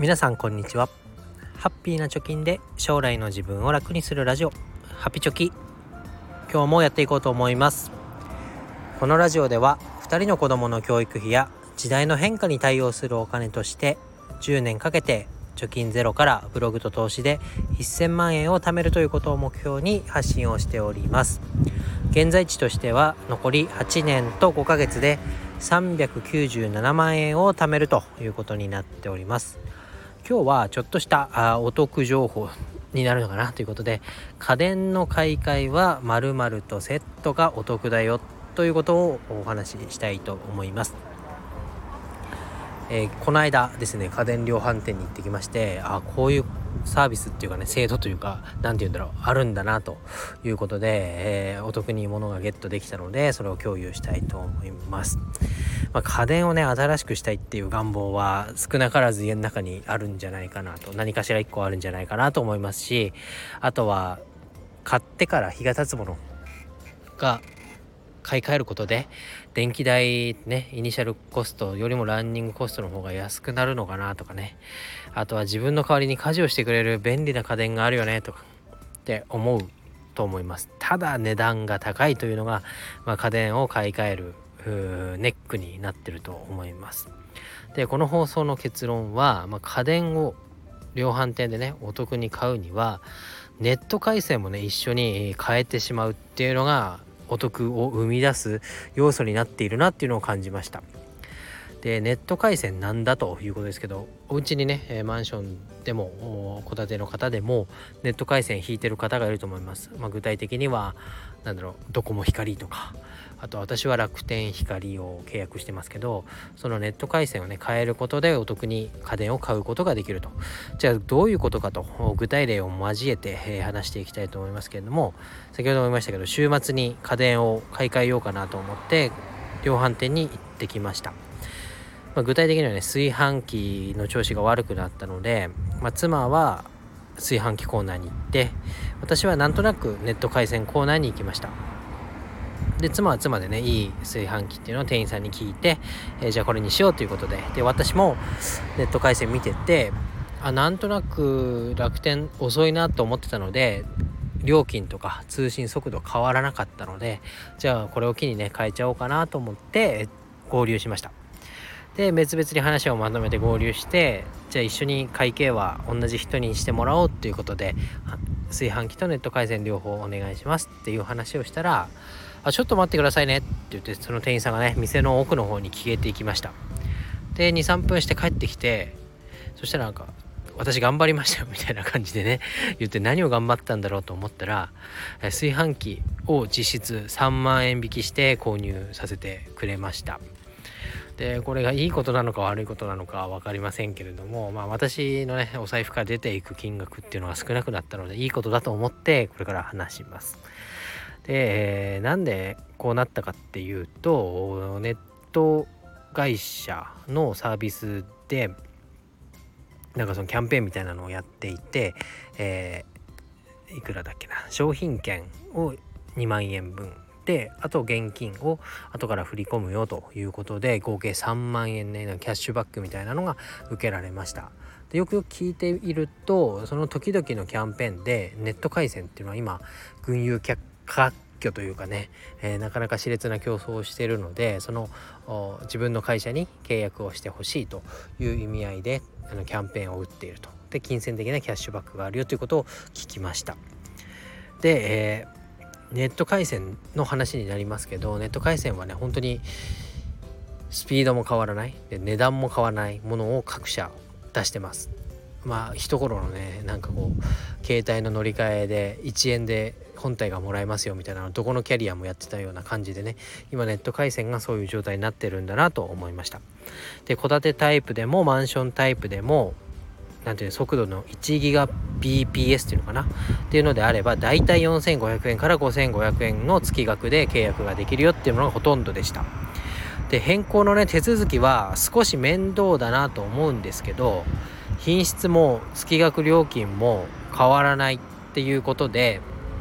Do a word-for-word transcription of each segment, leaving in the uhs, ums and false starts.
皆さんこんにちは。ハッピーな貯金で将来の自分を楽にするラジオ、ハピチョキ、今日もやっていこうと思います。このラジオではふたりの子供の教育費や時代の変化に対応するお金としてじゅうねんかけて貯金ゼロからブログと投資でせんまんえんを貯めるということを目標に発信をしております。現在地としては残りはちねんとごかげつでさんびゃくきゅうじゅうななまんえんを貯めるということになっております。今日はちょっとしたあお得情報になるのかなということで、家電の買い替えは〇〇とセットがお得だよということをお話ししたいと思います。えー、この間ですね、家電量販店に行ってきまして、あこういうサービスっていうかね、制度というかなんていうんだろうあるんだなということで、えー、お得に物がゲットできたので、それを共有したいと思います。まあ、家電をね新しくしたいっていう願望は少なからず家の中にあるんじゃないかなと、何かしらいっこあるんじゃないかなと思いますし、あとは買ってから日が経つものが買い替えることで電気代ね、イニシャルコストよりもランニングコストの方が安くなるのかなとかね、あとは自分の代わりに家事をしてくれる便利な家電があるよねとかって思うと思います。ただ値段が高いというのが、まあ、家電を買い替えるネックになってると思います。でこの放送の結論は、まあ、家電を量販店でねお得に買うにはネット回線もね一緒に変えてしまうっていうのがお得を生み出す要素になっているなっていうのを感じました。でネット回線なんだということですけど、お家にねマンションでも戸建ての方でもネット回線引いてる方がいると思います。まあ、具体的にはなんだろうドコモ光とか、あと私は楽天光を契約してますけど、そのネット回線をね変えることでお得に家電を買うことができると。じゃあどういうことかと具体例を交えて、えー、話していきたいと思いますけれども、先ほども言いましたけど週末に家電を買い替えようかなと思って量販店に行ってきました。まあ、具体的にはね炊飯器の調子が悪くなったので、まあ、妻は炊飯器コーナーに行って、私はなんとなくネット回線コーナーに行きました。で妻は妻でねいい炊飯器っていうのを店員さんに聞いて、えー、じゃあこれにしようということで、で私もネット回線見てて、あなんとなく楽天遅いなと思ってたので料金とか通信速度変わらなかったので、じゃあこれを機にね変えちゃおうかなと思って合流しました。で別々に話をまとめて合流して、じゃあ一緒に会計は同じ人にしてもらおうということで、炊飯器とネット回線両方お願いしますっていう話をしたら、あちょっと待ってくださいねって言って、その店員さんがね店の奥の方に消えていきました。で にさんぷんして帰ってきて、そしたらなんか私頑張りましたよみたいな感じでね言って、何を頑張ったんだろうと思ったら、炊飯器を実質さんまんえん引きして購入させてくれました。でこれがいいことなのか悪いことなのかは分かりませんけれども、まあ私のねお財布から出ていく金額っていうのが少なくなったのでいいことだと思ってこれから話します。で、えー、なんでこうなったかっていうと、ネット会社のサービスでなんかそのキャンペーンみたいなのをやっていて、えー、いくらだっけな、商品券をにまんえんぶんで、あと現金を後から振り込むよということで合計さんまんえんねキャッシュバックみたいなのが受けられました。でよくよく聞いていると、その時々のキャンペーンでネット回線っていうのは今群雄割拠というかね、えー、なかなか熾烈な競争をしているので、その自分の会社に契約をしてほしいという意味合いであのキャンペーンを打っていると。で金銭的なキャッシュバックがあるよということを聞きました。で、えーネット回線の話になりますけど、ネット回線はね本当にスピードも変わらないで値段も変わらないものを各社出してます。まあ一頃のねなんかこう携帯の乗り換えでいちえんで本体がもらえますよみたいなのどこのキャリアもやってたような感じでね、今ネット回線がそういう状態になってるんだなと思いました。で戸建てタイプでもマンションタイプでもなんていう速度のいちギガビーピーエス っていうのかなっていうのであれば、だいたいよんせんごひゃくえんからごせんごひゃくえんの月額で契約ができるよっていうのがほとんどでした。で変更のね手続きは少し面倒だなと思うんですけど、品質も月額料金も変わらないっていうことで、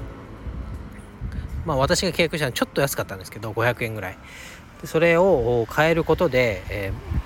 まあ私が契約したのはちょっと安かったんですけどごひゃくえんぐらいで、それを変えることで、えー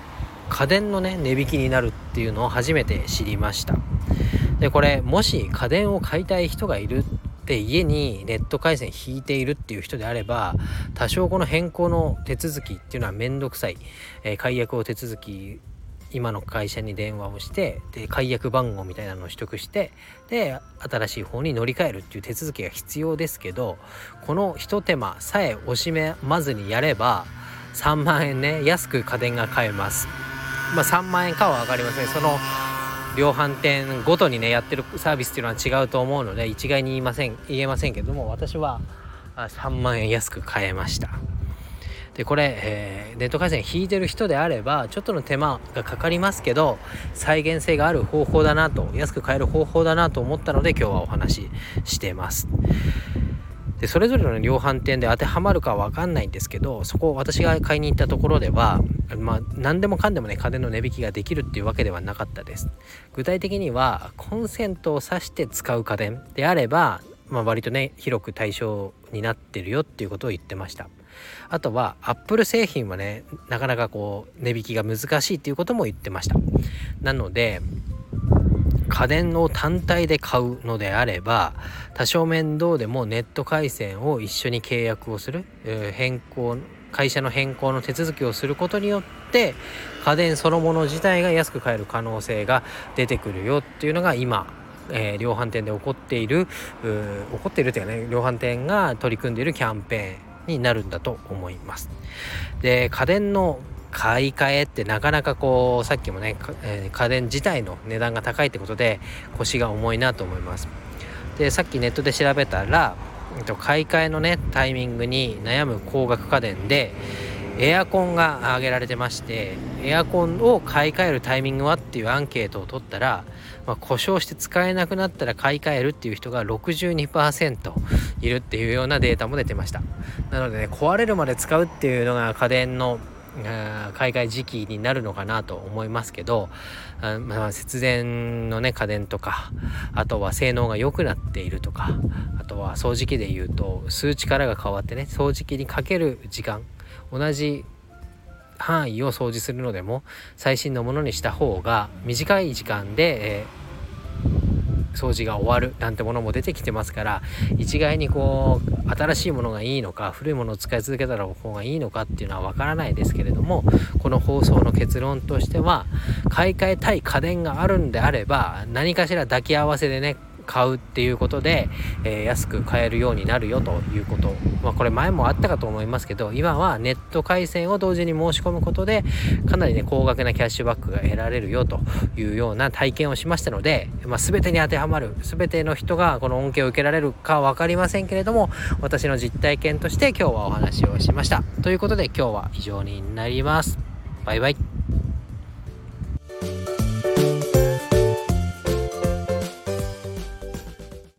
家電のね値引きになるっていうのを初めて知りました。でこれもし家電を買いたい人がいるって家にネット回線引いているっていう人であれば、多少この変更の手続きっていうのはめんどくさい、えー、解約を手続き今の会社に電話をしてで解約番号みたいなのを取得してで新しい方に乗り換えるっていう手続きが必要ですけど、この一手間さえ惜しまずにやればさんまんえんね安く家電が買えます。まあさんまんえんかは分かりません。その量販店ごとにねやってるサービスっていうのは違うと思うので一概に言いません言えませんけども、私はさんまんえん安く買えました。でこれ、えー、ネット回線引いてる人であればちょっとの手間がかかりますけど再現性がある方法だなと、安く買える方法だなと思ったので今日はお話ししてます。でそれぞれの量販店で当てはまるかは分かんないんですけど、そこ私が買いに行ったところでは、まあ、何でもかんでもね家電の値引きができるっていうわけではなかったです。具体的にはコンセントを挿して使う家電であれば、まあ、割とね広く対象になってるよっていうことを言ってました。あとはアップル製品はねなかなかこう値引きが難しいっていうことも言ってました。なので家電を単体で買うのであれば多少面倒でもネット回線を一緒に契約をする、えー、変更会社の変更の手続きをすることによって家電そのもの自体が安く買える可能性が出てくるよっていうのが今、えー、量販店で起こっている起こっているというかね量販店が取り組んでいるキャンペーンになるんだと思います。で家電の買い替えってなかなかこうさっきもね、えー、家電自体の値段が高いってことで腰が重いなと思います。でさっきネットで調べたら買い替えのねタイミングに悩む高額家電でエアコンが挙げられてまして、エアコンを買い替えるタイミングはっていうアンケートを取ったら、まあ、故障して使えなくなったら買い替えるっていう人が ろくじゅうにパーセント いるっていうようなデータも出てました。なのでね壊れるまで使うっていうのが家電の買い替え時期になるのかなと思いますけど、あ、まあ、節電のね家電とかあとは性能が良くなっているとかあとは掃除機でいうと吸う力が変わってね掃除機にかける時間同じ範囲を掃除するのでも最新のものにした方が短い時間で、えー掃除が終わるなんてものも出てきてますから、一概にこう新しいものがいいのか古いものを使い続けた方がいいのかっていうのはわからないですけれども、この放送の結論としては買い替えたい家電があるんであれば何かしら抱き合わせでね買うっていうことで、えー、安く買えるようになるよということ、まあ、これ前もあったかと思いますけど今はネット回線を同時に申し込むことでかなりね高額なキャッシュバックが得られるよというような体験をしましたので、まあ、全てに当てはまる全ての人がこの恩恵を受けられるかは分かりませんけれども、私の実体験として今日はお話をしました。ということで今日は以上になります。バイバイ。